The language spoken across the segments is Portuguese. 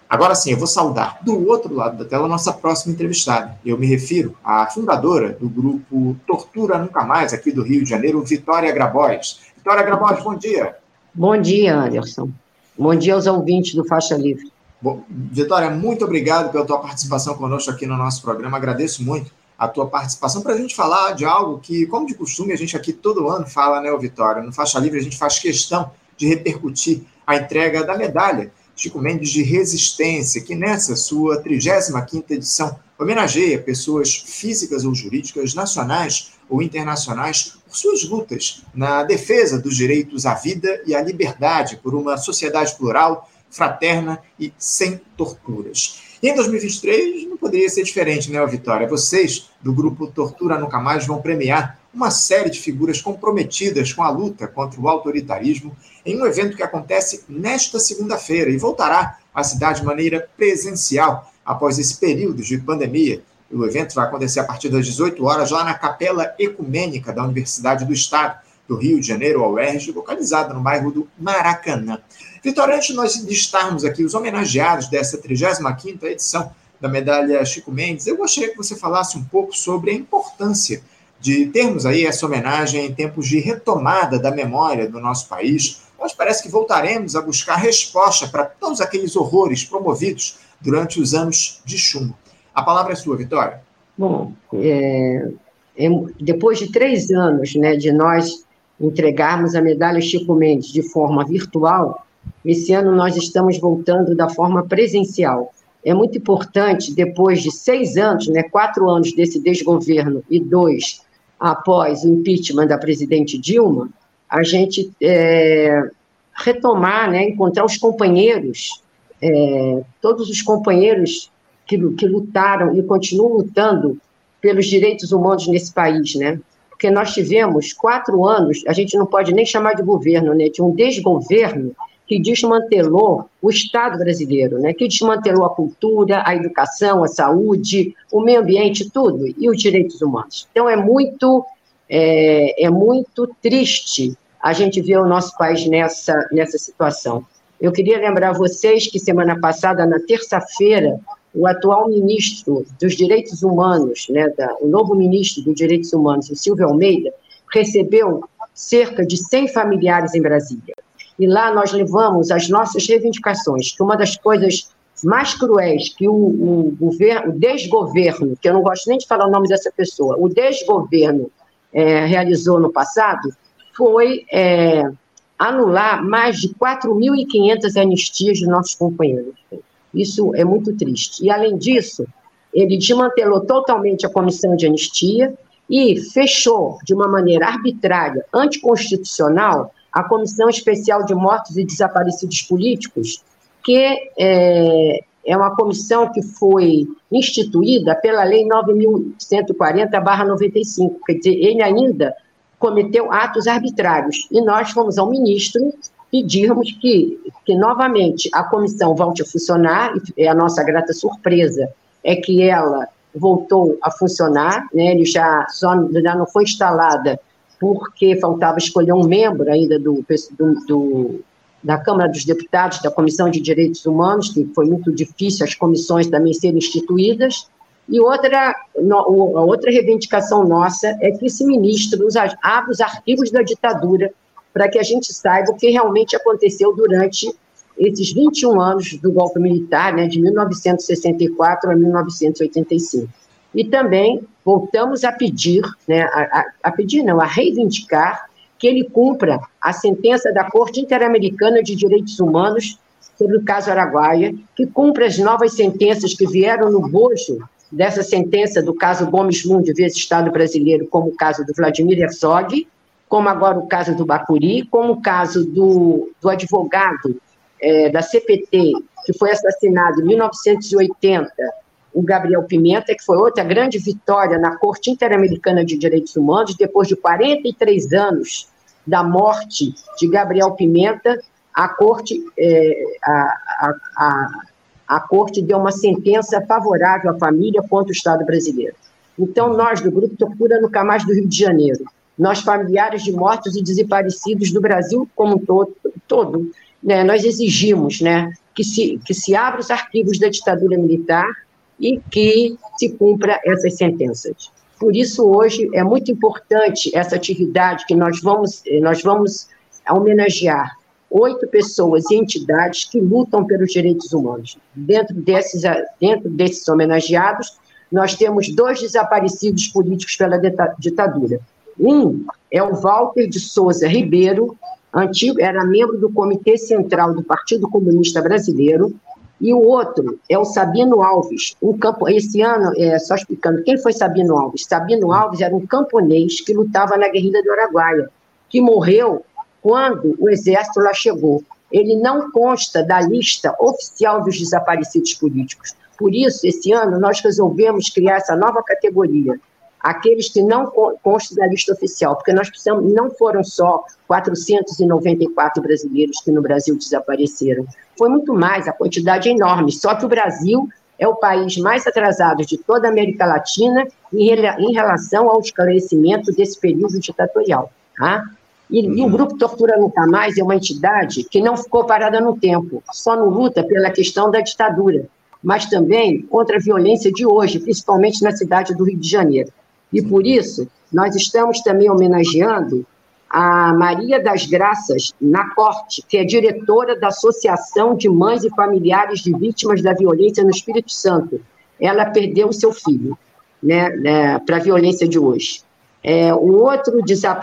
Agora sim, eu vou saudar do outro lado da tela a nossa próxima entrevistada. Eu me refiro à fundadora do grupo Tortura Nunca Mais, aqui do Rio de Janeiro, Vitória Grabois. Vitória Grabois, bom dia. Bom dia, Anderson. Bom dia aos ouvintes do Faixa Livre. Bom, Vitória, muito obrigado pela tua participação conosco aqui no nosso programa. Agradeço muito a tua participação para a gente falar de algo que, como de costume, a gente aqui todo ano fala, né, Vitória? No Faixa Livre a gente faz questão de repercutir a entrega da medalha Chico Mendes de Resistência, que nessa sua 35ª edição homenageia pessoas físicas ou jurídicas, nacionais ou internacionais, por suas lutas na defesa dos direitos à vida e à liberdade, por uma sociedade plural, fraterna e sem torturas. E em 2023 não poderia ser diferente, né, Vitória? Vocês, do grupo Tortura Nunca Mais, vão premiar uma série de figuras comprometidas com a luta contra o autoritarismo em um evento que acontece nesta segunda-feira e voltará à cidade de maneira presencial após esse período de pandemia. O evento vai acontecer a partir das 18 horas lá na Capela Ecumênica da Universidade do Estado do Rio de Janeiro, a UERJ, localizada no bairro do Maracanã. Vitória, antes de nós listarmos aqui os homenageados dessa 35ª edição da medalha Chico Mendes, eu gostaria que você falasse um pouco sobre a importância de termos aí essa homenagem em tempos de retomada da memória do nosso país, onde parece que voltaremos a buscar resposta para todos aqueles horrores promovidos durante os anos de chumbo. A palavra é sua, Vitória. Bom, depois de 3 anos, né, de nós entregarmos a medalha Chico Mendes de forma virtual, esse ano nós estamos voltando da forma presencial. É muito importante, depois de 6 anos, né, 4 anos desse desgoverno e 2 após o impeachment da presidente Dilma, a gente retomar, né, encontrar os companheiros, todos os companheiros que lutaram e continuam lutando pelos direitos humanos nesse país, né? Porque nós tivemos 4 anos, a gente não pode nem chamar de governo, né, de um desgoverno que desmantelou o Estado brasileiro, né, que desmantelou a cultura, a educação, a saúde, o meio ambiente, tudo, e os direitos humanos. Então, é muito triste a gente ver o nosso país nessa situação. Eu queria lembrar vocês que semana passada, na terça-feira, o atual ministro dos Direitos Humanos, né, o novo ministro dos Direitos Humanos, o Silvio Almeida, recebeu cerca de 100 familiares em Brasília. E lá nós levamos as nossas reivindicações, que uma das coisas mais cruéis que o desgoverno, que eu não gosto nem de falar o nome dessa pessoa, o desgoverno realizou no passado, foi anular mais de 4.500 anistias dos nossos companheiros. Isso é muito triste. E, além disso, ele desmantelou totalmente a comissão de anistia e fechou, de uma maneira arbitrária, anticonstitucional, a Comissão Especial de Mortos e Desaparecidos Políticos, que é uma comissão que foi instituída pela Lei 9.140/95, quer dizer, ele ainda cometeu atos arbitrários. E nós fomos ao ministro pedirmos que novamente a comissão volte a funcionar, e a nossa grata surpresa é que ela voltou a funcionar, né? Ele já não foi instalada porque faltava escolher um membro ainda da Câmara dos Deputados, da Comissão de Direitos Humanos, que foi muito difícil as comissões também serem instituídas. E a outra reivindicação nossa é que esse ministro abra os arquivos da ditadura para que a gente saiba o que realmente aconteceu durante esses 21 anos do golpe militar, né, de 1964 a 1985. E também voltamos a pedir, né, a reivindicar que ele cumpra a sentença da Corte Interamericana de Direitos Humanos sobre o caso Araguaia, que cumpra as novas sentenças que vieram no bojo dessa sentença do caso Gomes Mundi vs Estado brasileiro, como o caso do Vladimir Herzog, como agora o caso do Bacuri, como o caso do advogado da CPT, que foi assassinado em 1980, o Gabriel Pimenta, que foi outra grande vitória na Corte Interamericana de Direitos Humanos, depois de 43 anos da morte de Gabriel Pimenta, a Corte deu uma sentença favorável à família contra o Estado brasileiro. Então, nós, do Grupo Tortura Nunca Mais do Rio de Janeiro, nós, familiares de mortos e desaparecidos do Brasil como um todo, né, nós exigimos, né, que se abra os arquivos da ditadura militar e que se cumpra essas sentenças. Por isso, hoje, é muito importante essa atividade que nós vamos homenagear 8 pessoas e entidades que lutam pelos direitos humanos. Dentro desses homenageados, nós temos 2 desaparecidos políticos pela ditadura. Um é o Walter de Souza Ribeiro, era membro do Comitê Central do Partido Comunista Brasileiro, e o outro é o Sabino Alves, esse ano, só explicando, quem foi Sabino Alves? Sabino Alves era um camponês que lutava na guerrilha do Araguaia, que morreu quando o exército lá chegou. Ele não consta da lista oficial dos desaparecidos políticos. Por isso, esse ano, nós resolvemos criar essa nova categoria, aqueles que não constam da lista oficial, porque nós precisamos, não foram só 494 brasileiros que no Brasil desapareceram, foi muito mais, a quantidade é enorme, só que o Brasil é o país mais atrasado de toda a América Latina em relação ao esclarecimento desse período ditatorial, tá? E o Grupo Tortura Nunca Mais é uma entidade que não ficou parada no tempo, só não luta pela questão da ditadura, mas também contra a violência de hoje, principalmente na cidade do Rio de Janeiro. E por isso, nós estamos também homenageando a Maria das Graças na Corte, que é diretora da Associação de Mães e Familiares de Vítimas da Violência no Espírito Santo. Ela perdeu o seu filho, né, para a violência de hoje. O outro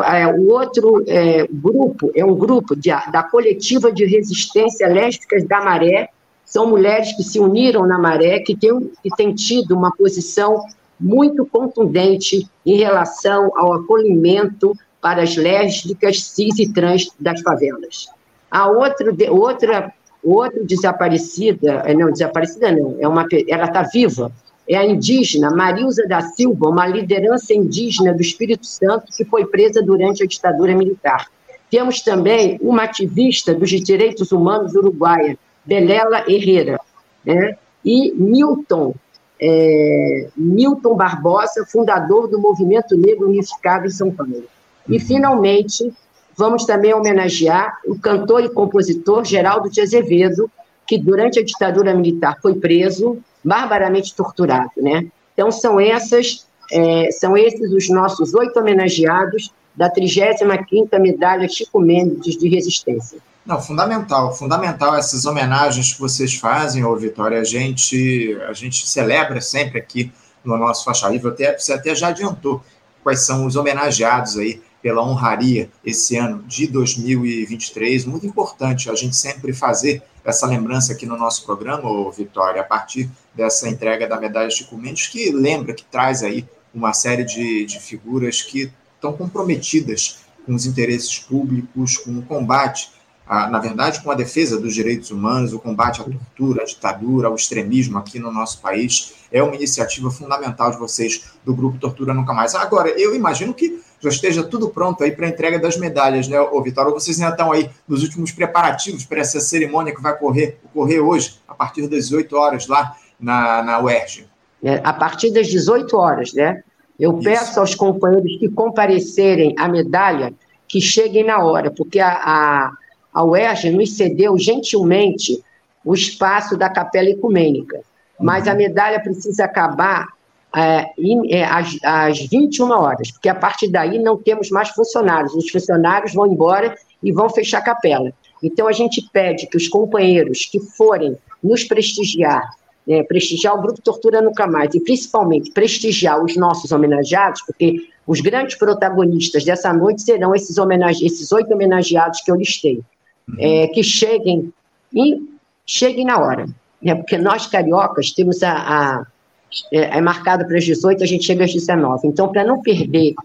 grupo é um grupo da Coletiva de Resistência Lésbicas da Maré. São mulheres que se uniram na Maré, que têm tido uma posição muito contundente em relação ao acolhimento para as lésbicas, cis e trans das favelas. A outra desaparecida, ela está viva, é a indígena Marilza da Silva, uma liderança indígena do Espírito Santo que foi presa durante a ditadura militar. Temos também uma ativista dos direitos humanos uruguaia, Belela Herrera, né? E Milton Barbosa, fundador do Movimento Negro Unificado em São Paulo. E, finalmente, vamos também homenagear o cantor e compositor Geraldo de Azevedo, que, durante a ditadura militar, foi preso, barbaramente torturado, né? Então, são esses os nossos 8 homenageados da 35ª Medalha Chico Mendes de Resistência. Não, fundamental essas homenagens que vocês fazem, ô Vitória, a gente celebra sempre aqui no nosso Faixa Livre, você até já adiantou quais são os homenageados aí pela honraria esse ano de 2023, muito importante a gente sempre fazer essa lembrança aqui no nosso programa, ô Vitória, a partir dessa entrega da Medalha Chico Mendes, que lembra, que traz aí uma série de figuras que estão comprometidas com os interesses públicos, com o combate, na verdade, com a defesa dos direitos humanos, o combate à tortura, à ditadura, ao extremismo aqui no nosso país. É uma iniciativa fundamental de vocês, do Grupo Tortura Nunca Mais. Agora, eu imagino que já esteja tudo pronto aí para a entrega das medalhas, né, ô Vitória? Vocês ainda estão aí nos últimos preparativos para essa cerimônia que vai ocorrer hoje, a partir das 18 horas, lá na UERJ. A partir das 18 horas, né? Eu peço aos companheiros que comparecerem à medalha, que cheguem na hora, porque a UERJ nos cedeu gentilmente o espaço da Capela Ecumênica, mas a medalha precisa acabar às 21 horas, porque a partir daí não temos mais funcionários, os funcionários vão embora e vão fechar a capela. Então, a gente pede que os companheiros que forem nos prestigiar o Grupo Tortura Nunca Mais, e principalmente prestigiar os nossos homenageados, porque os grandes protagonistas dessa noite serão esses 8 homenageados que eu listei. Que cheguem na hora, né? Porque nós cariocas temos é marcado para as 18, a gente chega às 19. Então, para não perder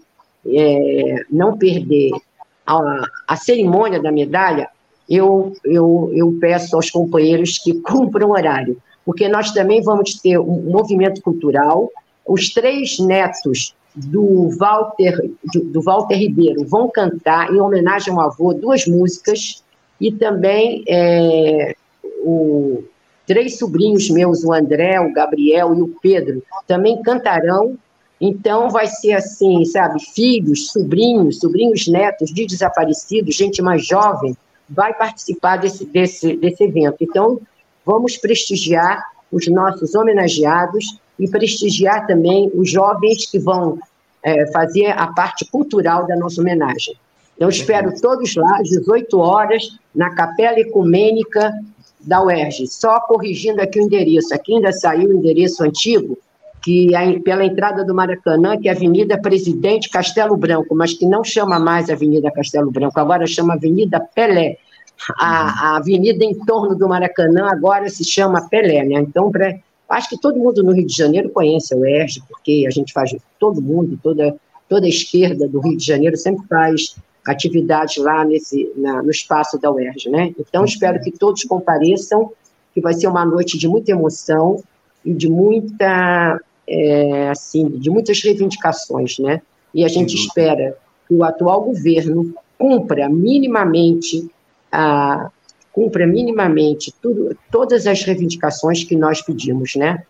a cerimônia da medalha, eu peço aos companheiros que cumpram o horário, porque nós também vamos ter um movimento cultural. Os 3 netos do Walter Ribeiro vão cantar, em homenagem ao avô, 2 músicas. E também 3 sobrinhos meus, o André, o Gabriel e o Pedro, também cantarão. Então, vai ser assim, sabe, filhos, sobrinhos netos de desaparecidos, gente mais jovem, vai participar desse evento. Então, vamos prestigiar os nossos homenageados e prestigiar também os jovens que vão fazer a parte cultural da nossa homenagem. Então, espero todos lá, às 18 horas, na Capela Ecumênica da UERJ. Só corrigindo aqui o endereço. Aqui ainda saiu o endereço antigo, que é pela entrada do Maracanã, que é Avenida Presidente Castelo Branco, mas que não chama mais Avenida Castelo Branco, agora chama Avenida Pelé. A avenida em torno do Maracanã agora se chama Pelé, né? Então, acho que todo mundo no Rio de Janeiro conhece a UERJ, porque a gente faz, todo mundo, toda a esquerda do Rio de Janeiro sempre faz atividade lá no espaço da UERJ, né? Então, espero que todos compareçam, que vai ser uma noite de muita emoção e de de muitas reivindicações, né? E a gente espera que o atual governo cumpra minimamente todas as reivindicações que nós pedimos, né?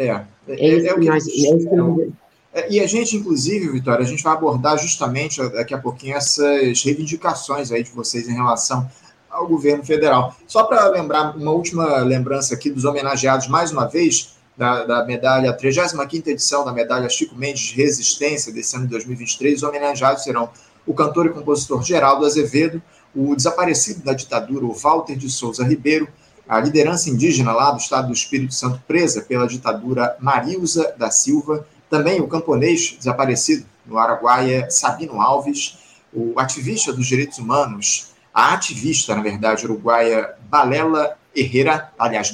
E a gente, inclusive, Vitória, a gente vai abordar justamente daqui a pouquinho essas reivindicações aí de vocês em relação ao governo federal. Só para lembrar, uma última lembrança aqui dos homenageados, mais uma vez, da medalha, a 35ª edição da medalha Chico Mendes de Resistência desse ano de 2023. Os homenageados serão o cantor e compositor Geraldo Azevedo, o desaparecido da ditadura, o Walter de Souza Ribeiro, a liderança indígena lá do estado do Espírito Santo presa pela ditadura Marilza da Silva, também o camponês desaparecido no Araguaia, Sabino Alves, o ativista dos direitos humanos, a ativista, na verdade, uruguaia Belela Herrera,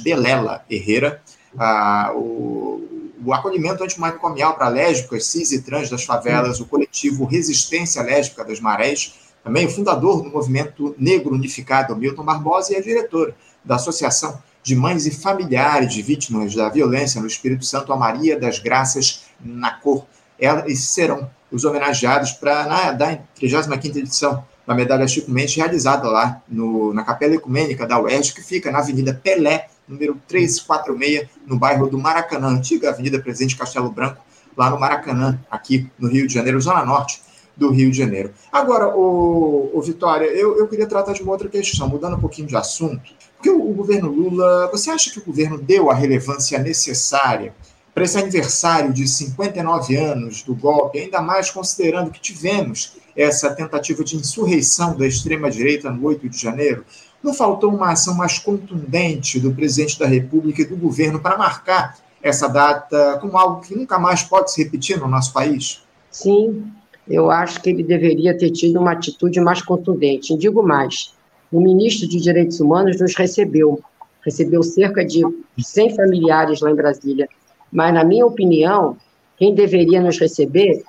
o acolhimento antimanicomial para lésbicas, cis e trans das favelas, o coletivo Resistência Lésbica das Marés, também o fundador do Movimento Negro Unificado, Milton Barbosa, e a diretora da Associação de Mães e Familiares de Vítimas da Violência no Espírito Santo, a Maria das Graças na Cor. Esses serão os homenageados da 35ª edição da medalha Chico Mendes, realizada lá na Capela Ecumênica da UERJ, que fica na Avenida Pelé, número 346, no bairro do Maracanã, antiga Avenida Presidente Castelo Branco, lá no Maracanã, aqui no Rio de Janeiro, zona norte do Rio de Janeiro. Agora, Vitória, eu queria tratar de uma outra questão, mudando um pouquinho de assunto, porque o governo Lula, você acha que o governo deu a relevância necessária para esse aniversário de 59 anos do golpe, ainda mais considerando que tivemos essa tentativa de insurreição da extrema-direita no 8 de janeiro? Não faltou uma ação mais contundente do presidente da República e do governo para marcar essa data como algo que nunca mais pode se repetir no nosso país? Sim, eu acho que ele deveria ter tido uma atitude mais contundente. E digo mais, o ministro de Direitos Humanos nos recebeu cerca de 100 familiares lá em Brasília, mas, na minha opinião, quem deveria nos receber,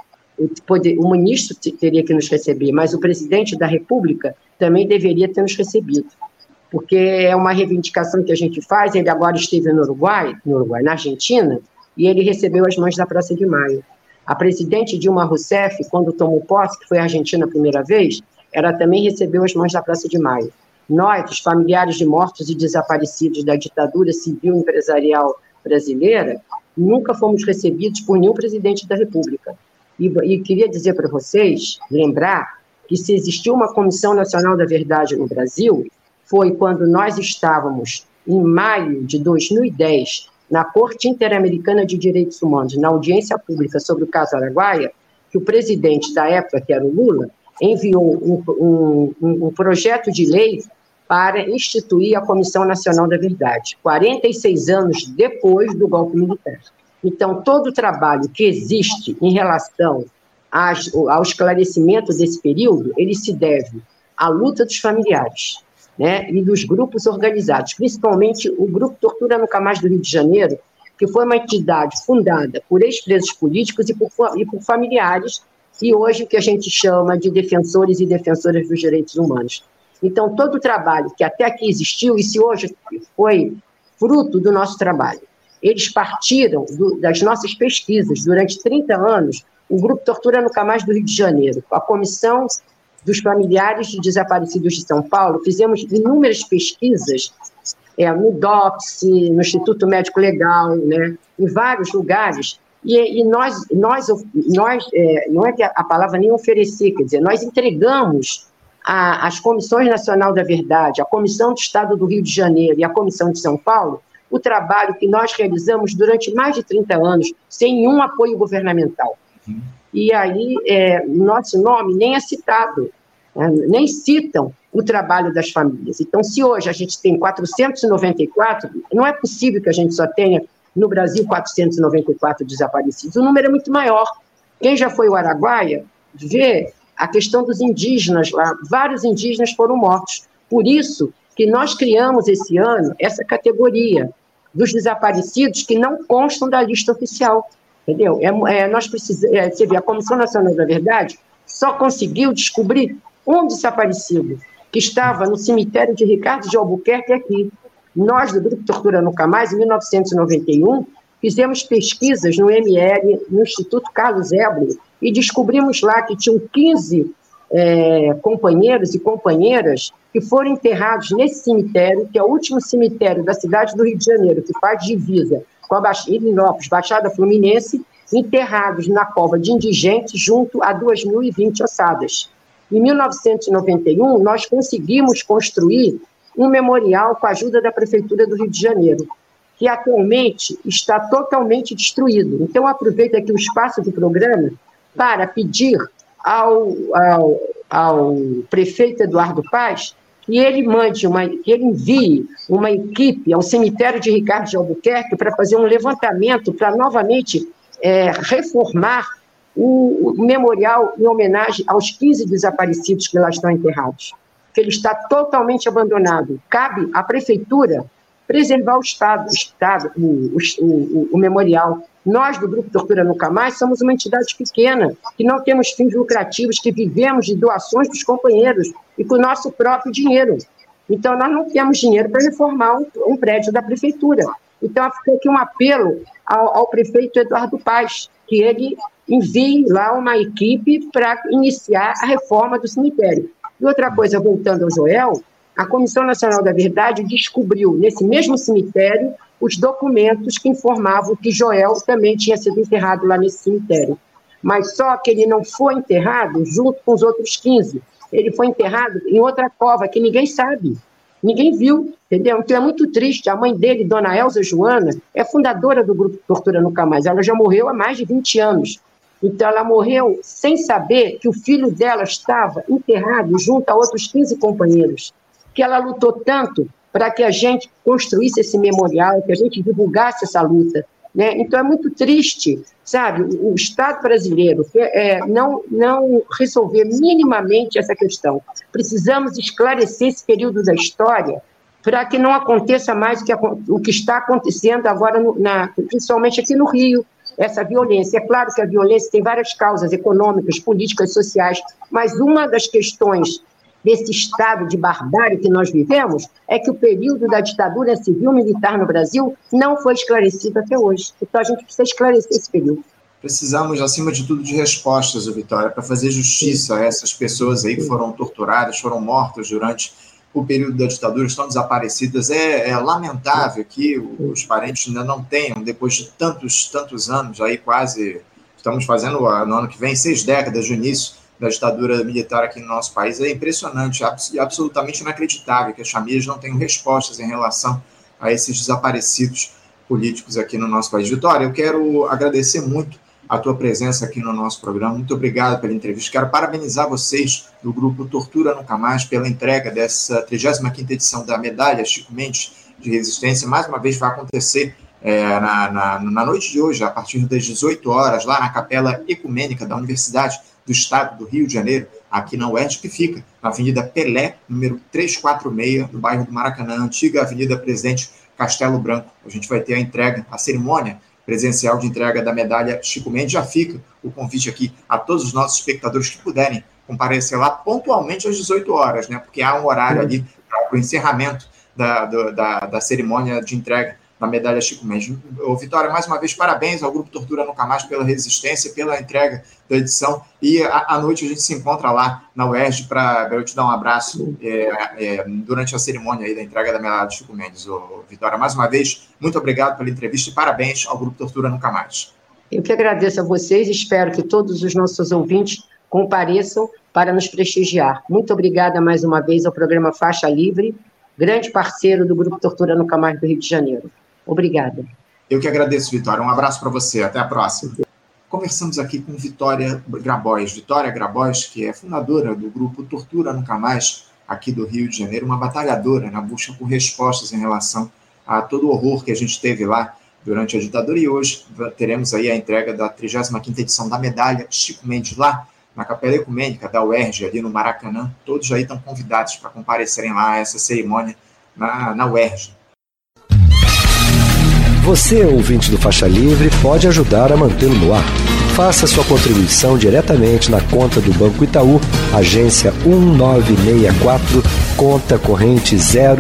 o ministro teria que nos receber, mas o presidente da República também deveria ter nos recebido, porque é uma reivindicação que a gente faz. Ele agora esteve no Uruguai, na Argentina, e ele recebeu as Mães da Praça de Maio. A presidente Dilma Rousseff, quando tomou posse, que foi à Argentina a primeira vez, ela também recebeu as Mães da Praça de Maio. Nós, os familiares de mortos e desaparecidos da ditadura civil empresarial brasileira, nunca fomos recebidos por nenhum presidente da República. E queria dizer para vocês, lembrar, que se existiu uma Comissão Nacional da Verdade no Brasil, foi quando nós estávamos, em maio de 2010, na Corte Interamericana de Direitos Humanos, na audiência pública sobre o caso Araguaia, que o presidente da época, que era o Lula, enviou um projeto de lei para instituir a Comissão Nacional da Verdade, 46 anos depois do golpe militar. Então, todo o trabalho que existe em relação ao esclarecimento desse período, ele se deve à luta dos familiares, né, e dos grupos organizados, principalmente o Grupo Tortura Nunca Mais do Rio de Janeiro, que foi uma entidade fundada por ex-presos políticos e por familiares, e hoje o que a gente chama de defensores e defensoras dos direitos humanos. Então, todo o trabalho que até aqui existiu, e se hoje foi fruto do nosso trabalho, eles partiram das nossas pesquisas. Durante 30 anos, o Grupo Tortura Nunca Mais do Rio de Janeiro, a Comissão dos Familiares de Desaparecidos de São Paulo, fizemos inúmeras pesquisas no DOPS, no Instituto Médico Legal, né, em vários lugares, e nós não é que a palavra nem oferecer, quer dizer, nós entregamos as Comissões Nacional da Verdade, a Comissão do Estado do Rio de Janeiro e a Comissão de São Paulo, o trabalho que nós realizamos durante mais de 30 anos, sem nenhum apoio governamental. E aí, nosso nome nem é citado, nem citam o trabalho das famílias. Então, se hoje a gente tem 494, não é possível que a gente só tenha, no Brasil, 494 desaparecidos. O número é muito maior. Quem já foi ao Araguaia, vê a questão dos indígenas lá. Vários indígenas foram mortos. Por isso que nós criamos esse ano essa categoria dos desaparecidos que não constam da lista oficial. Entendeu? Nós precisamos, você vê, a Comissão Nacional da Verdade só conseguiu descobrir um desaparecido, que estava no cemitério de Ricardo de Albuquerque aqui. Nós, do Grupo Tortura Nunca Mais, em 1991, fizemos pesquisas no ML, no Instituto Carlos Ebler, e descobrimos lá que tinham 15 companheiros e companheiras que foram enterrados nesse cemitério, que é o último cemitério da cidade do Rio de Janeiro, que faz divisa com a Hilinópolis, Baixada Fluminense, enterrados na cova de indigentes junto a 2.020 ossadas. Em 1991, nós conseguimos construir um memorial com a ajuda da Prefeitura do Rio de Janeiro, que atualmente está totalmente destruído. Então, aproveito aqui o espaço do programa para pedir ao prefeito Eduardo Paz que ele envie uma equipe ao cemitério de Ricardo de Albuquerque para fazer um levantamento para novamente reformar o memorial em homenagem aos 15 desaparecidos que lá estão enterrados, que ele está totalmente abandonado. Cabe à prefeitura preservar o memorial. Nós, do Grupo Tortura Nunca Mais, somos uma entidade pequena, que não temos fins lucrativos, que vivemos de doações dos companheiros e com o nosso próprio dinheiro. Então, nós não temos dinheiro para reformar um prédio da prefeitura. Então, fica aqui um apelo ao prefeito Eduardo Paz, que ele envie lá uma equipe para iniciar a reforma do cemitério. E outra coisa, voltando ao Joel, a Comissão Nacional da Verdade descobriu, nesse mesmo cemitério, os documentos que informavam que Joel também tinha sido enterrado lá nesse cemitério. Mas só que ele não foi enterrado junto com os outros 15. Ele foi enterrado em outra cova que ninguém sabe, ninguém viu, entendeu? Então é muito triste. A mãe dele, Dona Elza Joana, é fundadora do Grupo Tortura Nunca Mais. Ela já morreu há mais de 20 anos. Então ela morreu sem saber que o filho dela estava enterrado junto a outros 15 companheiros, que ela lutou tanto para que a gente construísse esse memorial, que a gente divulgasse essa luta, né? Então é muito triste, sabe, o Estado brasileiro não resolver minimamente essa questão. Precisamos esclarecer esse período da história para que não aconteça mais o que está acontecendo agora, principalmente aqui no Rio, essa violência. É claro que a violência tem várias causas econômicas, políticas, sociais, mas uma das questões desse estado de barbárie que nós vivemos é que o período da ditadura civil-militar no Brasil não foi esclarecido até hoje. Então, a gente precisa esclarecer esse período. Precisamos, acima de tudo, de respostas, Vitória, para fazer justiça a essas pessoas aí que foram torturadas, foram mortas durante o período da ditadura, estão desaparecidas. É lamentável que os parentes ainda não tenham, depois de tantos anos, aí quase, estamos fazendo no ano que vem, 6 décadas de início da ditadura militar aqui no nosso país. É impressionante, absolutamente inacreditável que as famílias não tenham respostas em relação a esses desaparecidos políticos aqui no nosso país. Vitória, eu quero agradecer muito a tua presença aqui no nosso programa. Muito obrigado pela entrevista. Quero parabenizar vocês do Grupo Tortura Nunca Mais pela entrega dessa 35ª edição da Medalha Chico Mendes de Resistência. Mais uma vez vai acontecer na noite de hoje, a partir das 18 horas, lá na Capela Ecumênica da Universidade do Estado do Rio de Janeiro, aqui na UERJ, que fica na Avenida Pelé, número 346, no bairro do Maracanã, antiga Avenida Presidente Castelo Branco. A gente vai ter a cerimônia presencial de entrega da medalha Chico Mendes. Já fica o convite aqui a todos os nossos espectadores que puderem comparecer lá pontualmente às 18 horas, né? Porque há um horário ali para o encerramento da cerimônia de entrega da medalha Chico Mendes. Vitória, mais uma vez, parabéns ao Grupo Tortura Nunca Mais pela resistência, pela entrega da edição, e à noite a gente se encontra lá na UERJ para eu te dar um abraço durante a cerimônia aí da entrega da medalha Chico Mendes. Vitória, mais uma vez, muito obrigado pela entrevista e parabéns ao Grupo Tortura Nunca Mais. Eu que agradeço a vocês, espero que todos os nossos ouvintes compareçam para nos prestigiar. Muito obrigada mais uma vez ao programa Faixa Livre, grande parceiro do Grupo Tortura Nunca Mais do Rio de Janeiro. Obrigada. Eu que agradeço, Vitória. Um abraço para você. Até a próxima. Conversamos aqui com Vitória Grabois. Vitória Grabois, que é fundadora do Grupo Tortura Nunca Mais, aqui do Rio de Janeiro, uma batalhadora na busca por respostas em relação a todo o horror que a gente teve lá durante a ditadura, e hoje teremos aí a entrega da 35ª edição da medalha Chico Mendes lá na Capela Ecumênica da UERJ, ali no Maracanã. Todos aí estão convidados para comparecerem lá a essa cerimônia na UERJ. Você, ouvinte do Faixa Livre, pode ajudar a mantê-lo no ar. Faça sua contribuição diretamente na conta do Banco Itaú, agência 1964, conta corrente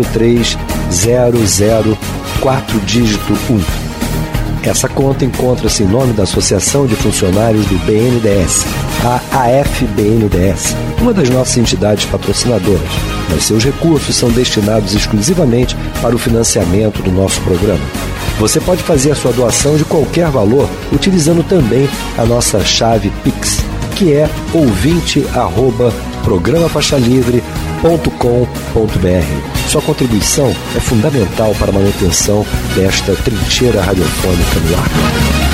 03004, dígito 1. Essa conta encontra-se em nome da Associação de Funcionários do BNDES, a AFBNDES, uma das nossas entidades patrocinadoras, mas seus recursos são destinados exclusivamente para o financiamento do nosso programa. Você pode fazer a sua doação de qualquer valor utilizando também a nossa chave Pix, que é ouvinte@programafaixalivre.com.br. Sua contribuição é fundamental para a manutenção desta trincheira radiofônica no ar.